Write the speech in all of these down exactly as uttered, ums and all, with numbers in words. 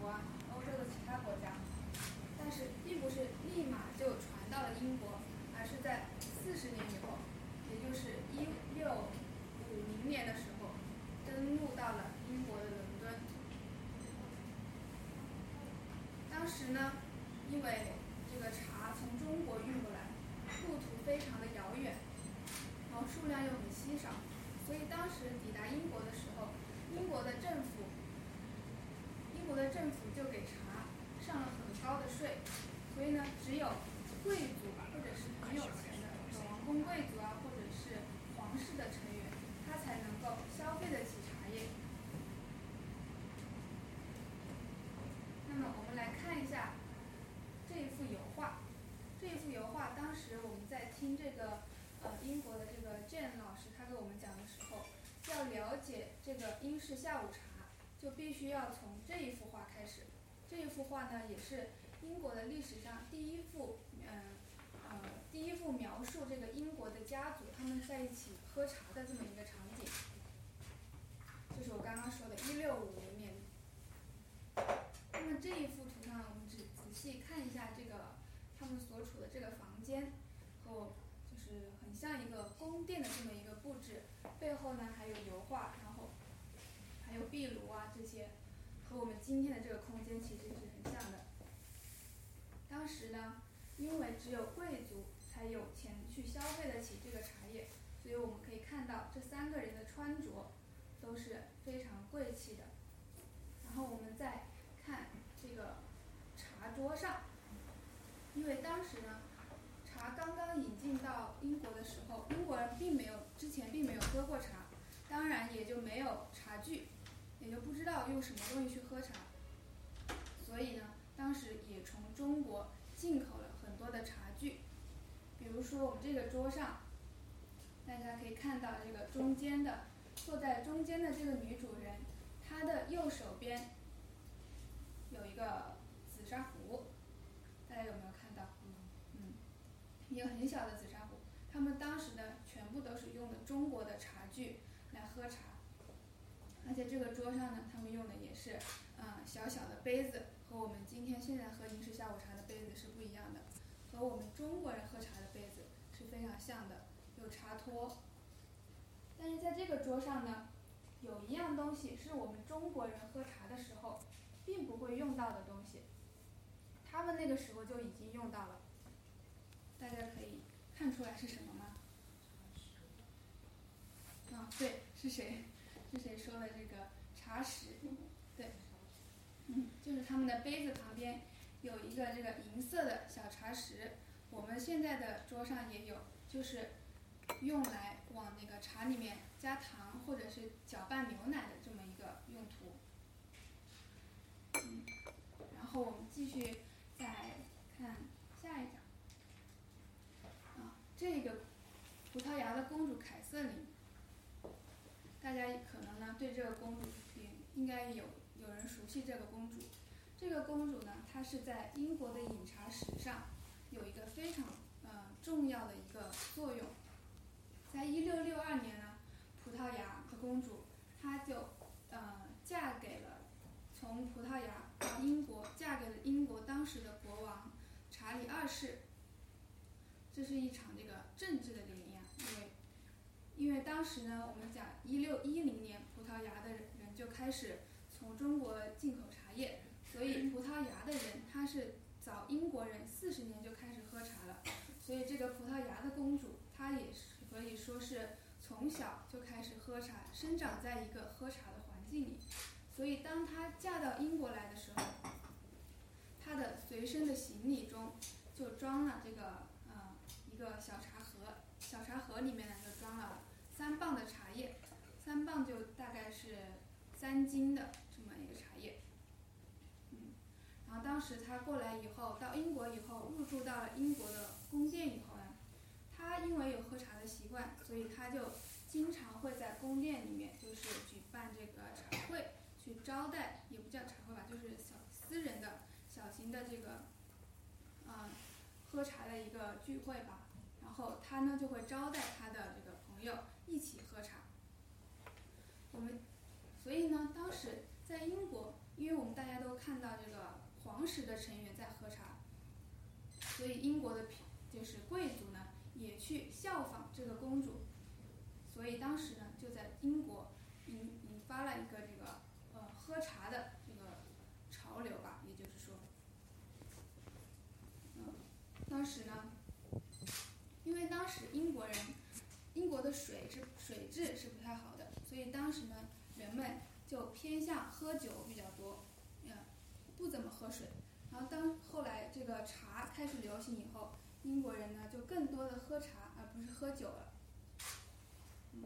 啊、欧洲的其他国家，但是并不是立马就传到了英国，而是在四十年以后，也就是一六五零年的时候，登陆到了英国的伦敦。当时呢，因为这个茶从中国运过来，路途非常的遥远，然后数量又很稀少，所以当时抵达英国的时候，英国的政府，英国的政府就给茶上了很高的税，所以呢，只有贵族或者是很有钱的王公贵族啊，或者是皇室的成员，他才能够消费得起茶叶。那么我们来看一下这一幅油画。这一幅油画，当时我们在听这个呃英国的这个 Jane 老师他给我们讲的时候，要了解这个英式下午茶，就必须要从这一幅画开始。这一幅画呢，也是英国的历史上第一幅，嗯呃第一幅描述这个英国的家族他们在一起喝茶的这么一个场景。就是我刚刚说的一六五零年。那么这一幅图上，我们只仔细看一下这个他们所处的这个房间，和就是很像一个宫殿的这么一个布置，背后呢还有油画，然后还有壁炉啊，这些和我们今天的这个空间其实是很像的。当时呢，因为只有贵族才有钱去消费得起这个茶叶，所以我们可以看到这三个人的穿着都是非常贵气的。然后我们再看这个茶桌上，因为当时呢，茶刚刚引进到英国的时候，英国人并没有之前并没有喝过茶，当然也就没有茶具，也就不知道用什么东西去喝茶，所以呢，当时也从中国进口了很多的茶具。比如说我们这个桌上，大家可以看到这个中间的坐在中间的这个女主人，她的右手边有一个紫砂壶，大家有没有看到？嗯，一个很小的紫砂壶。他们当时呢，全部都是用的中国的茶具来喝茶，而且这个桌上呢，他们用的也是呃小小的杯子，和我们今天现在喝英式下午茶的杯子是不一样的，和我们中国人喝茶的杯子是非常像的，有茶托。但是在这个桌上呢，有一样东西是我们中国人喝茶的时候并不会用到的东西，他们那个时候就已经用到了。大家可以看出来是什么吗？啊，对，是谁？是谁说的这个茶匙？对，嗯，就是他们的杯子旁边有一个这个银色的小茶匙，我们现在的桌上也有，就是用来往那个茶里面加糖或者是搅拌牛奶的这么一个用途。嗯，然后我们继续再看下一张。啊，这个葡萄牙的公主凯瑟琳，大家可能呢对这个公主也应该有有人熟悉这个公主。这个公主呢，她是在英国的饮茶史上有一个非常呃重要的一个作用。在一六六二年呢，葡萄牙的公主她就呃嫁给了从葡萄牙到英国，嫁给了英国当时的国王查理二世。这是一场这个政治的联姻，因为因为当时呢，我们讲一六一零年，葡萄牙的人就开始从中国进口茶叶，所以葡萄牙的人他是早英国人四十年就开始喝茶了，所以这个葡萄牙的公主她也是可以说是从小就开始喝茶，生长在一个喝茶的环境里，所以当她嫁到英国来的时候，她的随身的行李中就装了这个呃一个小茶盒，小茶盒里面呢就装了三磅的茶叶，三磅就大概是三斤的这么一个茶叶。嗯，然后当时他过来以后，到英国以后，入住到了英国的宫殿以后呢，他因为有喝茶的习惯，所以他就经常会在宫殿里面就是举办这个茶会，去招待，也不叫茶会吧，就是小私人的小型的这个啊、呃、喝茶的一个聚会吧。然后他呢就会招待他的这个朋友一起喝茶。我们所以呢，当时在英国因为我们大家都看到这个皇室的成员在喝茶，所以英国的就是贵族呢也去效仿这个公主，所以当时呢就在英国引引发了一个这个呃喝茶的这个潮流吧，也就是说，嗯，当时呢，因为当时英国人英国的水是水质是不太好的，所以当时呢人们就偏向喝酒比较多，嗯，不怎么喝水。然后当后来这个茶开始流行以后，英国人呢就更多的喝茶而不是喝酒了。嗯，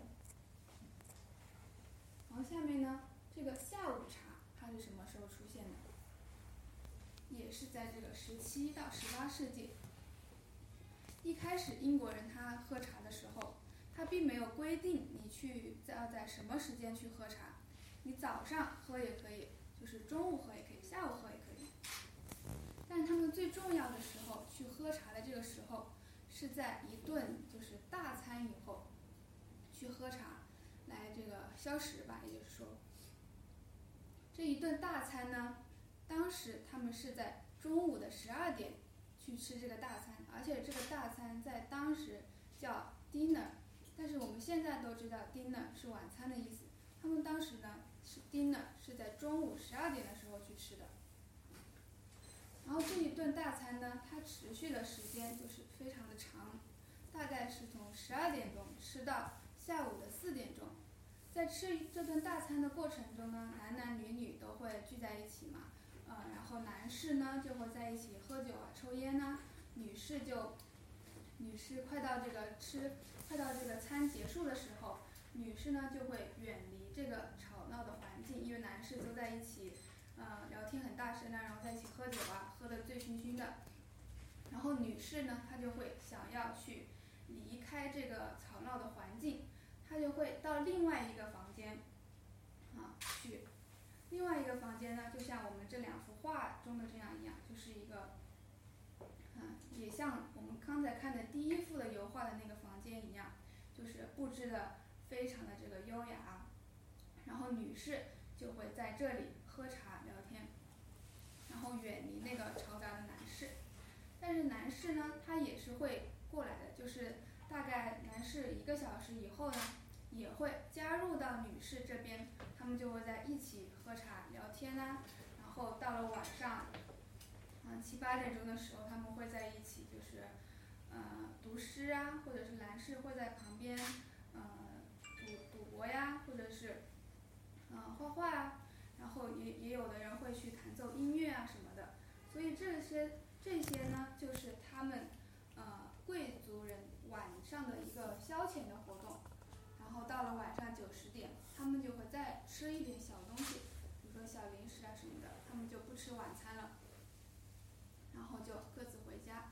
然后下面呢，这个下午茶它是什么时候出现的？也是在这个十七到十八世纪。一开始英国人他喝茶的时候，他并没有规定你去要在什么时间去喝茶，你早上喝也可以，就是中午喝也可以，下午喝也可以。但他们最重要的时候去喝茶的这个时候，是在一顿就是大餐以后去喝茶，来这个消食吧，也就是说，这一顿大餐呢，当时他们是在中午的十二点去吃这个大餐，而且这个大餐在当时叫 dinner， 但是我们现在都知道 dinner 是晚餐的意思，他们当时呢是 dinner 是在中午十二点的时候去吃的。然后这一顿大餐呢，它持续的时间就是非常的长，大概是从十二点钟吃到下午的四点钟。在吃这顿大餐的过程中呢，男男女女都会聚在一起嘛，呃，然后男士呢就会在一起喝酒啊、抽烟呐、啊，女士就，女士快到这个吃，快到这个餐结束的时候，女士呢就会远离这个吵闹的环境，因为男士都在一起。呃，聊天很大声啊，然后在一起喝酒啊，喝得醉醺醺的。然后女士呢，她就会想要去离开这个吵闹的环境，她就会到另外一个房间啊去。另外一个房间呢，就像我们这两幅画中的这样一样，就是一个，嗯，也像我们刚才看的第一幅的油画的那个房间一样，就是布置的非常的这个优雅。然后女士就会在这里喝茶聊天，然后远离那个嘈杂的男士。但是男士呢，他也是会过来的，就是大概男士一个小时以后呢，也会加入到女士这边，他们就会在一起喝茶聊天啊。然后到了晚上，嗯，七八点钟的时候，他们会在一起，就是呃读诗啊，或者是男士会在旁边，呃赌赌博呀，或者是嗯，画画啊，然后也也有的人会去弹奏音乐啊什么的，所以这些这些呢，就是他们呃贵族人晚上的一个消遣的活动。然后到了晚上九十点，他们就会再吃一点小东西，比如说小零食啊什么的，他们就不吃晚餐了，然后就各自回家。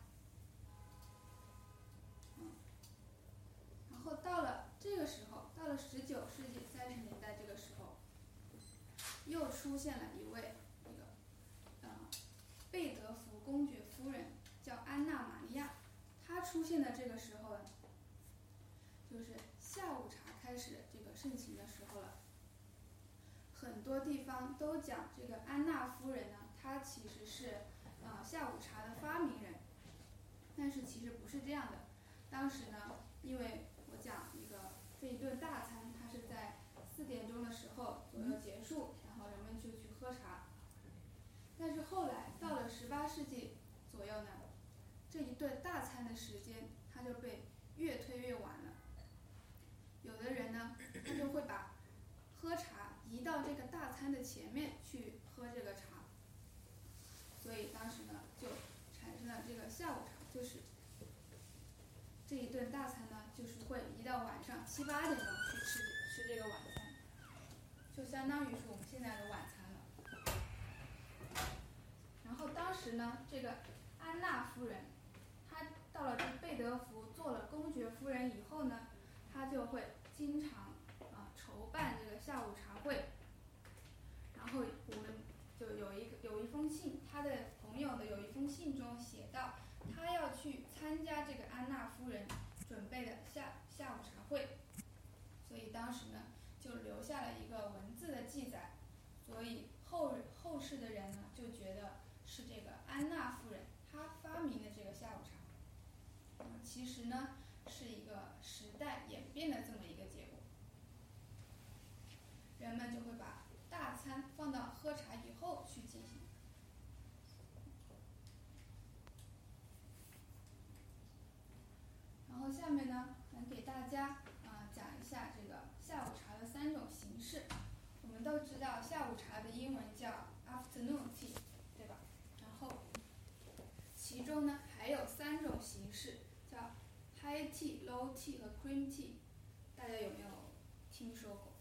嗯，然后到了这个时候，到了十九世纪三十年代这个时候。又出现了一位这个呃贝德福公爵夫人，叫安娜玛利亚。她出现的这个时候，就是下午茶开始这个盛行的时候了。很多地方都讲这个安娜夫人呢，她其实是呃下午茶的发明人，但是其实不是这样的。当时呢，因为我讲一个这一顿大餐，它是在四点钟的时候左右结束，然后人们就去喝茶。但是后来到了十八世纪左右呢，这一顿大餐的时间它就被越推越晚了。有的人呢，他就会把喝茶移到这个大餐的前面去喝这个茶，所以当时呢就产生了这个下午茶，就是这一顿大餐呢，就是会移到晚上七八点钟去吃吃这个晚餐，就相当于是我们现在的晚餐了。然后当时呢，这个安娜夫人，她到了这贝德福做了公爵夫人以后呢，她就会经常啊、呃、筹办这个下午茶会。然后我们就有一个有一封信，他的朋友的有一封信中写到，他要去参加这个安娜夫人准备的下下午茶会，所以当时呢就留下了一个文字的记载，所以后后世的人呢就觉得是这个安娜夫人她发明的这个下午茶，嗯，其实呢是一个时代演变的这么一个结果。人们就会把大餐放到喝茶以后去进行。然后下面呢，能给大家啊、呃、讲一下这个下午茶的三种形式。我们都知道下午茶的英文叫 afternoon tea， 对吧？然后其中呢还有三种形式，叫 high tea、low tea 和 cream tea， 大家有没有听说过？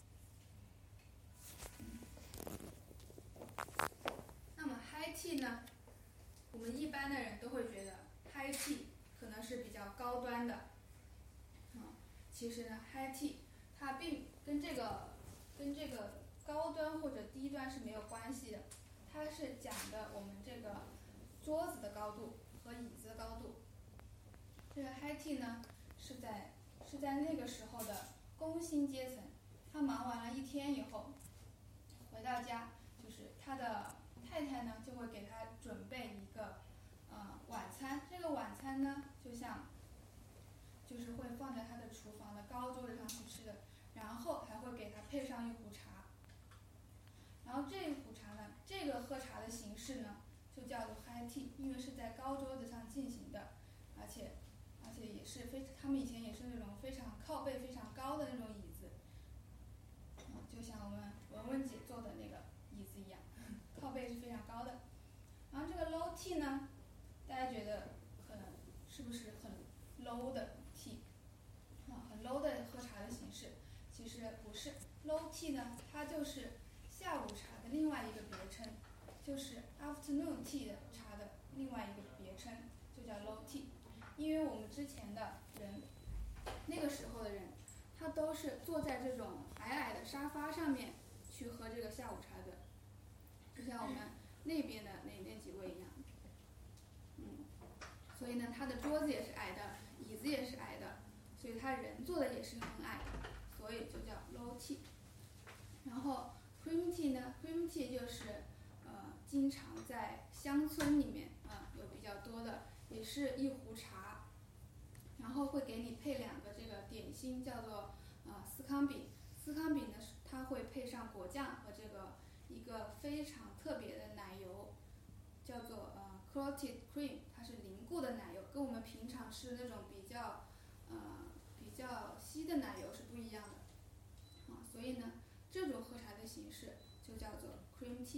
那么 high tea 呢，我们一般的人都会觉得 high tea 可能是比较高端的，嗯，其实呢 high tea 它并跟这个跟这个高端或者低端是没有关系的，它是讲的我们这个桌子的高度和椅子的高度。这个 high tea 呢是在是在那个时候的工薪阶层，他忙完了一天以后回到家，就是他的太太呢就会给他准备一个呃晚餐，这个晚餐呢就像就是会放在他的厨房的高桌子上去吃的，然后还会给他配上一壶茶。然后这一壶茶呢，这个喝茶的形式呢就叫做 high tea， 因为是在高桌子上进行的，而且而且也是非他们以前也是那种非常靠背非常高的那种椅子，嗯，就像我们文文姐坐的那个椅子一样，靠背是非常高的。然后这个 low tea 呢，大家觉得可能是不是很 low 的 tea， 啊，很 low 的喝茶的形式？其实不是 ，low tea 呢，它就是下午茶的另外一个别称，就是 afternoon tea 的茶的另外一个别称，就叫 low tea。因为我们之前的人，那个时候的人，他都是坐在这种矮矮的沙发上面去喝这个下午茶的，就像我们那边的那那几位一样，嗯，所以呢，他的桌子也是矮的，椅子也是矮的，所以他人坐的也是很矮的，所以就叫 low tea。然后 cream tea 呢 ，cream tea 就是呃经常在乡村里面啊、呃、有比较多的，也是一壶茶，然后会给你配两个这个点心，叫做呃司康饼。司康饼呢，它会配上果酱和这个一个非常特别的奶油，叫做呃 clotted cream， 它是凝固的奶油，跟我们平常吃的那种比较呃比较稀的奶油是不一样的，啊，所以呢，这种喝茶的形式就叫做 cream tea。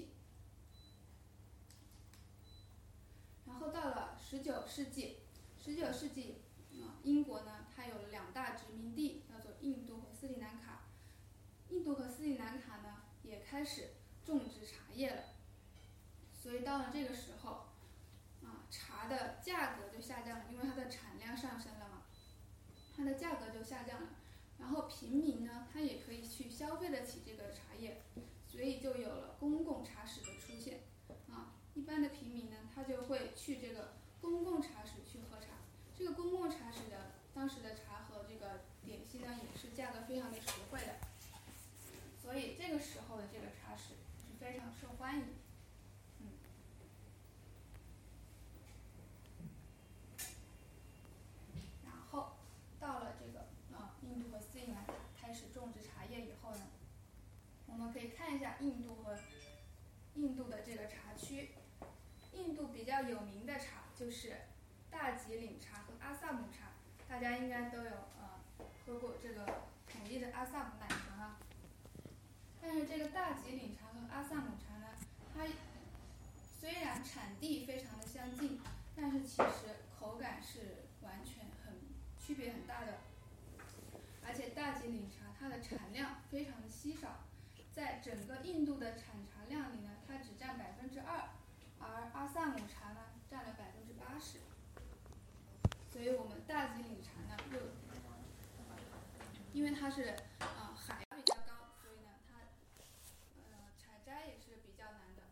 然后到了十九世纪，十九世纪，呃，英国呢，它有了两大殖民地，叫做印度和斯里兰卡。印度和斯里兰卡呢，也开始种植茶叶了。所以到了这个时候，啊，茶的价格就下降了，因为它的产量上升了嘛，它的价格就下降了。然后平民呢，他也可以去消费得起这个茶叶，所以就有了公共茶室的出现。啊，一般的平民呢，他就会去这个公共茶室去喝茶。这个公共茶室的当时的茶和这个点心呢，也是价格非常的实惠的，所以这个时候的这个茶室是非常受欢迎。嗯。然后到了这个啊，印度和斯里兰卡开始种植茶叶以后呢，我们可以看一下印度和印度的这个茶区。印度比较有名的茶就是大吉岭茶和阿萨姆茶，大家应该都有呃喝过这个统一的阿萨姆奶茶啊。但是这个大吉岭茶和阿萨姆茶呢，它虽然产地非常的相近，但是其实口感是完全很区别很大的。而且大吉岭茶它的产量非常的稀少，在整个印度的产茶量里呢，它只占百分之二，而阿萨姆茶呢占了百分之八十。所以我们大吉岭茶呢，又因为它是呃海拔比较高，所以呢它呃采摘也是比较难的。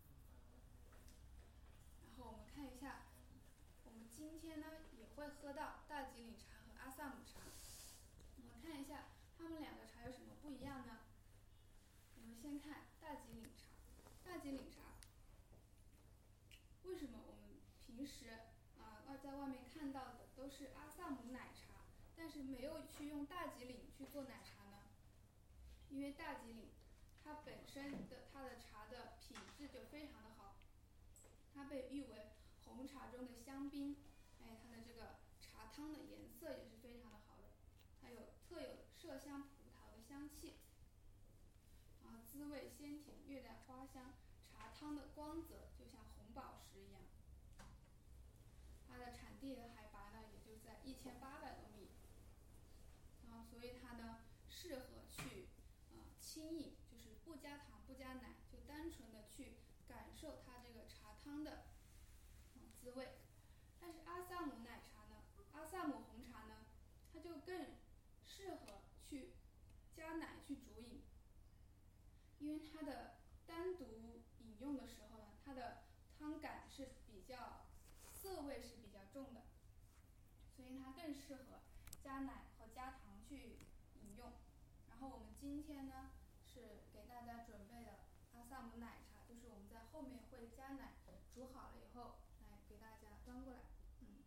然后我们看一下，我们今天呢也会喝到大吉岭茶和阿萨姆茶。我们看一下它们两个茶有什么不一样呢？我们先看大吉岭茶。大吉吉岭茶。为什么我们平时啊、呃、在外面看到的都是阿萨姆奶茶，但是没有去用大吉岭去做奶茶呢？因为大吉岭它本身的它的茶的品质就非常的好，它被誉为红茶中的香槟，哎，它的这个茶汤的颜色也是非常的好的，它有特有麝香葡萄的香气，啊，滋味鲜甜，略带花香，茶汤的光泽就像红宝石一样。它的产地的海拔呢，也就在一千八百多米，啊，所以它呢适合去啊轻饮，就是不加糖不加奶，就单纯的去感受它这个茶汤的啊滋味。但是阿萨姆奶茶呢，阿萨姆红茶呢，它就更适合去加奶去煮饮，因为它的单独饮用的时候呢，它的汤感是比较涩味是比较重的，所以它更适合加奶和加糖去饮用。然后我们今天呢是给大家准备的阿萨姆奶茶，就是我们在后面会加奶煮好了以后来给大家端过来。嗯。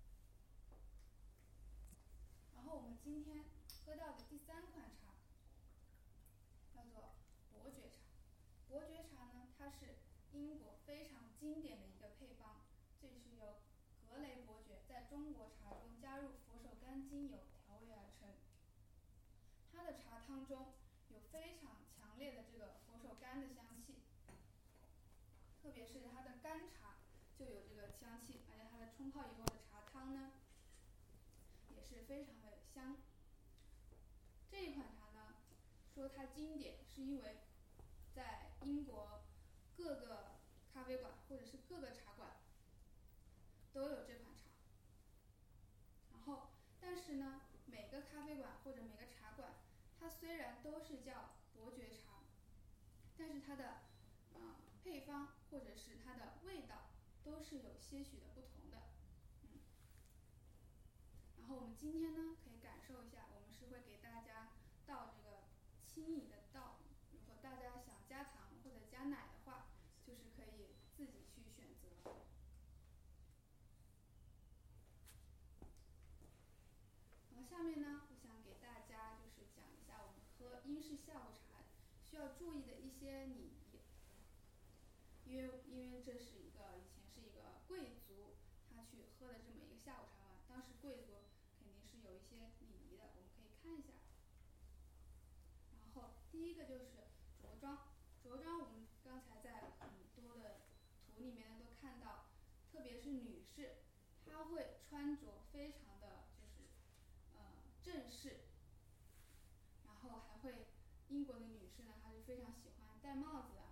然后我们今天喝到的第三款茶叫做伯爵茶。伯爵茶呢，它是英国非常经典的一个配方，这是由格雷伯爵在中国茶中加入佛手柑精油调味而成。它的茶汤中有非常强烈的这个佛手柑的香气，特别是它的干茶就有这个香气，而且它的冲泡以后的茶汤呢也是非常的香。这一款茶呢，说它经典是因为在英国各个咖啡馆或者是各个茶馆都有这款茶。然后，但是呢，每个咖啡馆或者每个茶馆，它虽然都是叫伯爵茶，但是它的呃配方或者是它的味道都是有些许的不同的。嗯。然后我们今天呢，可以感受一下，我们是会给大家倒这个轻饮的倒，如果大家想加糖或者加奶的话，就是可以自己去选择。然后下面呢，我想给大家就是讲一下我们喝英式下午茶需要注意的一些礼仪，因为因为这是一个以前是一个贵族他去喝的这么一个下午茶嘛，当时贵族肯定是有一些礼仪的，我们可以看一下。然后第一个就是着装，着装我们刚才在很多的图里面都看到，特别是女士，她会穿着非常的就是呃正式，然后还会英国的女士呢，她是非常喜欢戴帽子的。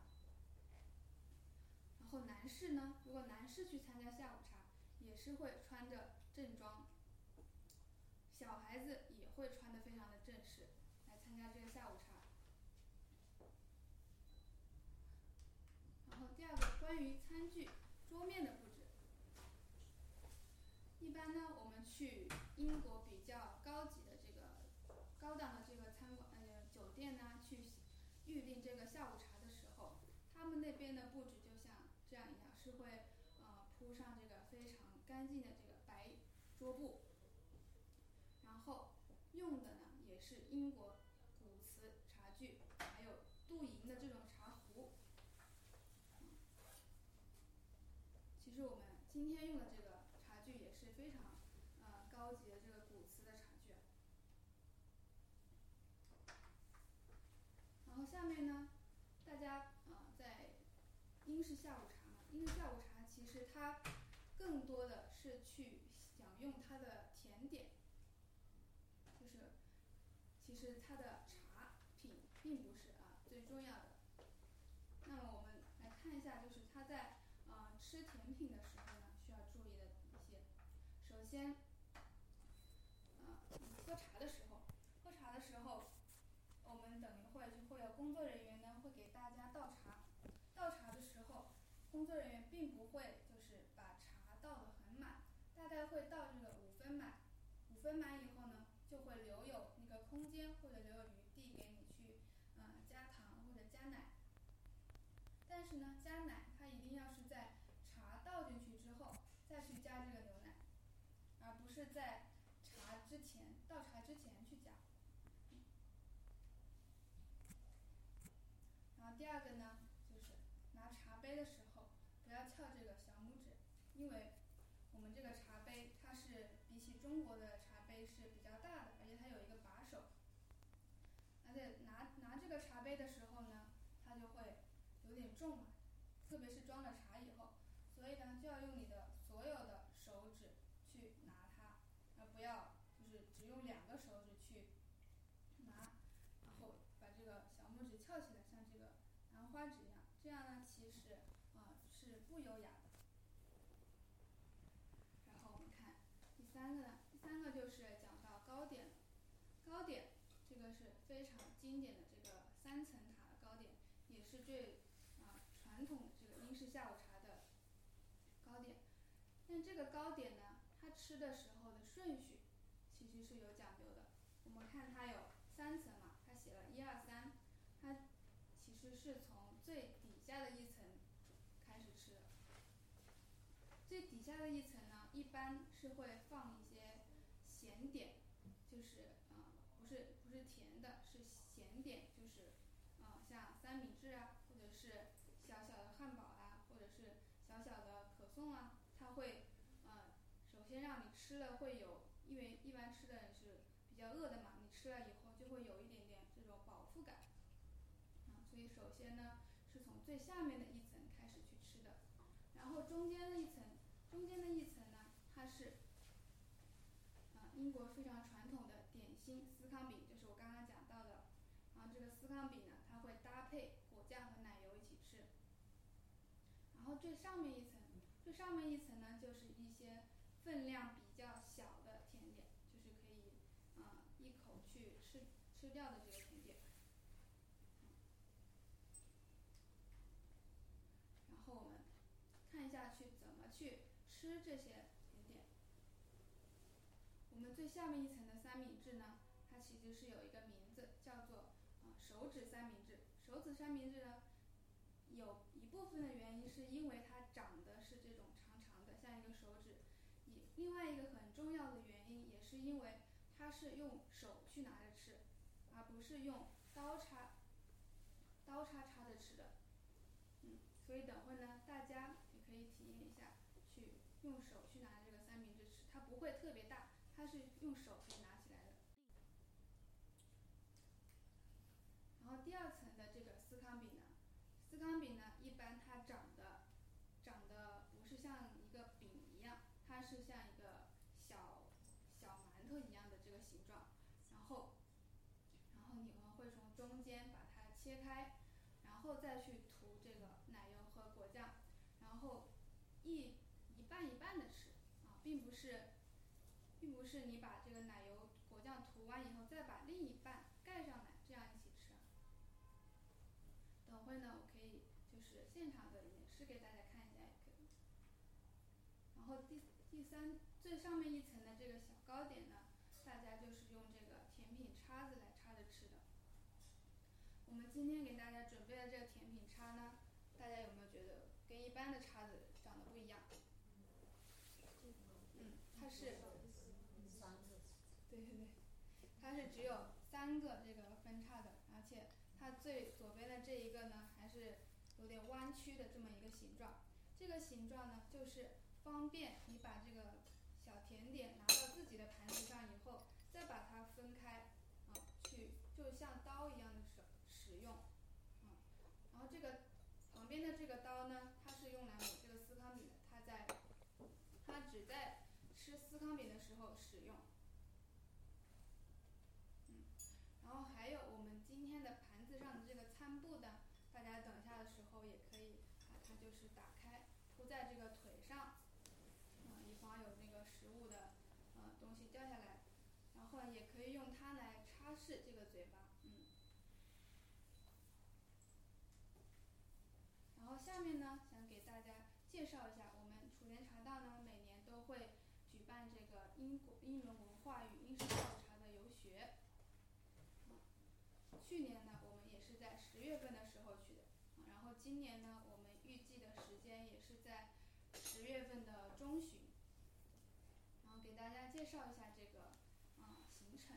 然后男士呢，如果男士去参加下午茶，也是会穿着正装，小孩子也会穿得非常的正式来参加这个下午茶。然后第二个，关于餐具桌面的布置，一般呢我们去英国比较高级的这个高档的这个餐馆呃酒店呢，去预订这个下午茶的时候，他们那边的布置就像这样一样，是会呃铺上这个非常干净的这个白桌布，然后用的呢也是英国古瓷茶具，还有镀银的这种茶壶。其实我们今天用的这个茶具也是非常呃高级的这个古瓷的茶具。然后下面呢，大家呃在英式下午茶嘛，英式下午茶其实它更多的是去享用它的甜点，就是其实它的茶品并不是啊最重要的。那么我们来看一下，就是它在呃吃甜品的时候呢，需要注意的一些。首先，呃喝茶的时候，喝茶的时候，我们等一会儿就会有工作人员呢会给大家倒茶。倒茶的时候，工作人员并不会就是把茶倒得很满，大概会倒这个五分满。五分满以后呢，就会留有那个空间或者留有余地给你去呃加糖或者加奶。但是呢，加奶它一定要是在茶倒进去之后再去加这个牛奶，而不是在茶之前倒茶之前去加。然后第二个呢，就是拿茶杯的时候不要翘这个小拇指，因为我们这个茶杯它是比起中国的茶杯是比较大的，而且它有一个把手，而且拿拿这个茶杯的时候呢，它就会有点重嘛，特别是装了茶以后，所以呢就要用你的所有的手指去拿它，而不要就是只用两个手指去拿，然后把这个小拇指翘起来，像这个兰花指一样，这样呢其实啊、呃、是不优雅的。然后我们看第三个呢，第三个就是讲到糕点了。糕点这个是非常经典的这个三层塔的糕点，也是最啊、呃、传统的这个英式下午茶的糕点。但这个糕点呢，它吃的时候的顺序其实是有讲究的。我们看它有三层嘛，它写了一二三，它其实是从最底下的一层开始吃的。最底下的一层呢，一般是会放一些咸点，就是啊、呃、不是不是甜的，是咸点，就是啊、呃、像三明治啊，或者是小小的汉堡啊，或者是小小的可颂啊，它会呃首先让你吃了会有，因为一般吃的人是比较饿的嘛，你吃了以后就会有一点点这种饱腹感啊，所以首先呢是从最下面的一层开始去吃的。然后中间的一层，中间的一层呢，它是，啊，英国非常传统的点心司康饼，就是我刚刚讲到的。然后这个司康饼呢，它会搭配果酱和奶油一起吃。然后最上面一层，最上面一层呢，就是一些分量比较小的甜点，就是可以啊、呃、一口去吃吃掉的这个甜点。然后我们看一下去怎么去吃这些甜点。我们最下面一层的三明治呢，它其实是有一个名字，叫做啊手指三明治。手指三明治呢，有一部分的原因是因为它长得是这种长长的，像一个手指。也另外一个很重要的原因，也是因为它是用手去拿着吃，而不是用刀叉刀叉叉着吃的。嗯，所以等会呢，大家也可以体验一下，去用手去拿这个三明治吃，它不会特别大，它是用手可以拿起来的。然后第二层的这个司康饼呢，司康饼呢一般它长得长得不是像一个饼一样，它是像一个小小馒头一样的这个形状，然后然后你们会从中间把它切开，然后再去涂这个奶油和果酱，然后一一半一半的吃啊，并不是并不是你把这个奶油果酱涂完以后再把另一半盖上来，这样一起吃。等会呢，我可以就是现场的演示给大家看一下也可以。然后第第三最上面一层的这个小糕点呢，大家就是用这个甜品叉子来插着吃的。我们今天给大家准备的这个甜品叉呢，大家有没有觉得跟一般的叉子长得不一样？嗯，它是，对对对，它是只有三个这个分叉的，而且它最左边的这一个呢，还是有点弯曲的这么一个形状。这个形状呢，就是方便你把这个小甜点拿到自己的盘子上以后，再把它分开，啊，去就像刀一样的使使用，啊，然后这个旁边的这个刀呢，它是用来抹这个司康饼的，它在它只在吃司康饼的时候使用。嗯，然后还有我们今天的盘子上的这个餐布呢，大家等一下的时候也可以把它就是打开，铺在这个腿上，嗯，以防有那个食物的呃东西掉下来。然后也可以用它来擦拭这个嘴巴，嗯。然后下面呢，想给大家介绍一下，我们楚联茶道呢每年都会举办这个英国英伦文化与英式下午茶的游学。去年呢，我们也是在十月份的时候去的，然后今年呢，我们是在十月份的中旬。然后给大家介绍一下这个啊、呃、行程。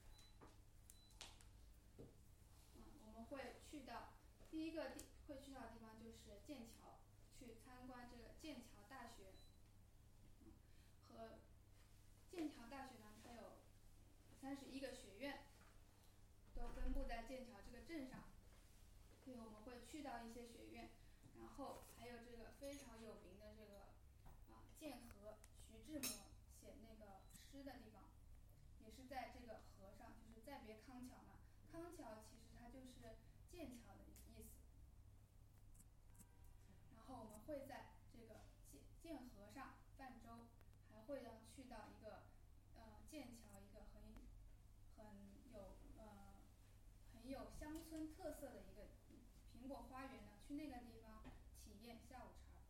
嗯，我们会去到第一个地会去到的地方就是剑桥，去参观这个剑桥大学。嗯，和剑桥大学呢，它有三十一个学院，都分布在剑桥这个镇上。所以我们会去到一些学院，然后还有这个非常有名的这个啊剑河，徐志摩写那个诗的地方，也是在这个河上，就是再别康桥嘛。康桥其实它就是剑桥的意思。然后我们会在这个剑剑河上泛舟，还会要去到一个呃剑桥一个很很有呃很有乡村特色的一个苹果花园呢，去那个地方体验下午茶。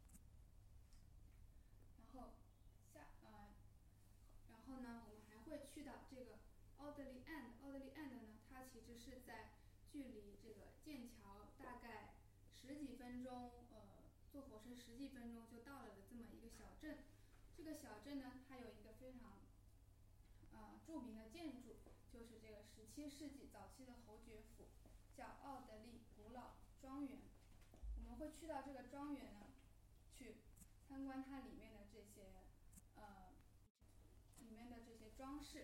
然后下呃，然后呢，我们还会去到这个奥德利安，奥德利安的呢，它其实是在距离这个剑桥大概十几分钟，呃，坐火车十几分钟就到了的这么一个小镇。这个小镇呢，它有一个非常呃著名的建筑，就是这个十七世纪早期的侯爵府，叫奥德利古老庄园。我们会去到这个庄园呢，去参观它里面的这些呃里面的这些装饰。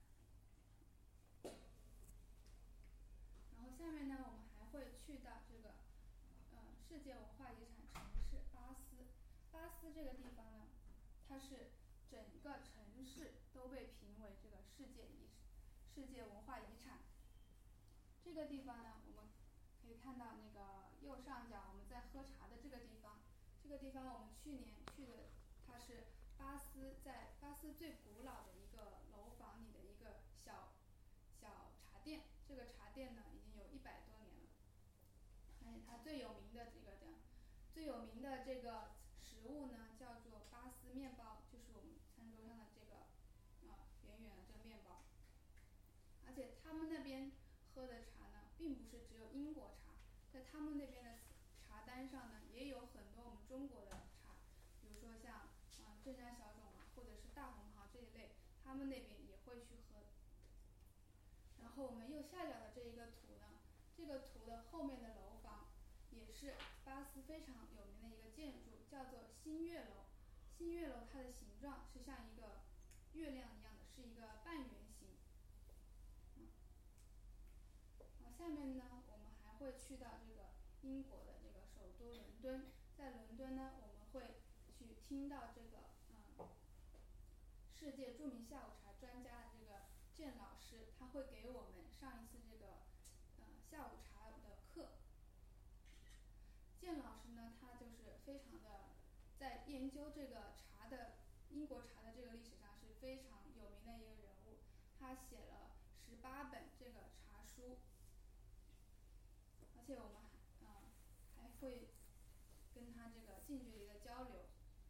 然后下面呢，我们还会去到这个呃世界文化遗产城市巴斯。巴斯这个地方呢，它是整个城市都被评为这个世界遗世界文化遗产。这个地方呢，我们可以看到那个右上角我们在喝茶的这个地方，这个地方我们去年去的，它是巴斯在巴斯最古老的一个楼房里的一个小小茶店。这个茶店呢已经有一百多年了，而且它最有名的这个的最有名的这个食物呢叫做巴斯面包，就是我们餐桌上的这个啊圆圆的这个面包。而且他们那边喝的茶呢，并不是只有英国茶，在他们那边的茶单上呢，也有很多我们中国的茶，比如说像啊、呃、镇江小种啊，或者是大红袍这一类，他们那边也会去喝。然后我们右下角的这一个图呢，这个图的后面的楼房也是巴斯非常有名的一个建筑，叫做新月楼。新月楼它的形状是像一个月亮一样的，是一个半圆形。嗯，然后下面呢，我们还会去到这个英国的这个首都伦敦。在伦敦呢，我们会去听到这个嗯世界著名下午茶专家的这个郑老师，他会给我们上一次这个呃下午茶的课。郑老师呢，他就是非常的在研究这个茶的英国茶的这个历史上是非常有名的一个人物，他写了十八本这个茶书。而且我们还啊、呃、还会跟他这个近距离的交流。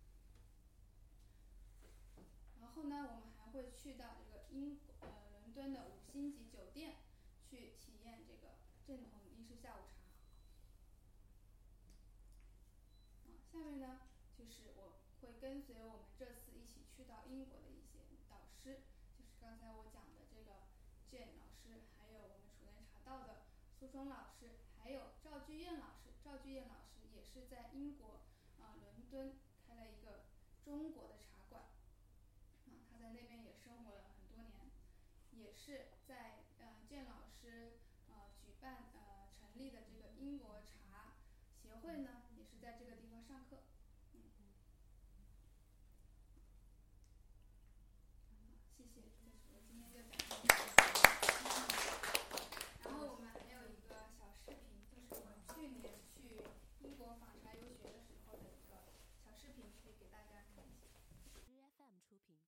然后呢，我们还会去到这个英呃伦敦的五星级酒店，去体验这个正统英式下午茶。啊，下面呢就是我会跟随我们这次一起去到英国的一些导师，就是刚才我讲的这个 Jane 老师，还有我们楚南茶道的苏冲老师，还有赵居燕老师。赵居燕老师也是在英国啊、呃、伦敦开了一个中国的茶馆。啊，他在那边也生活了很多年，也是在呃建老师呃举办呃成立的这个英国茶协会呢，也是在这个地方上课。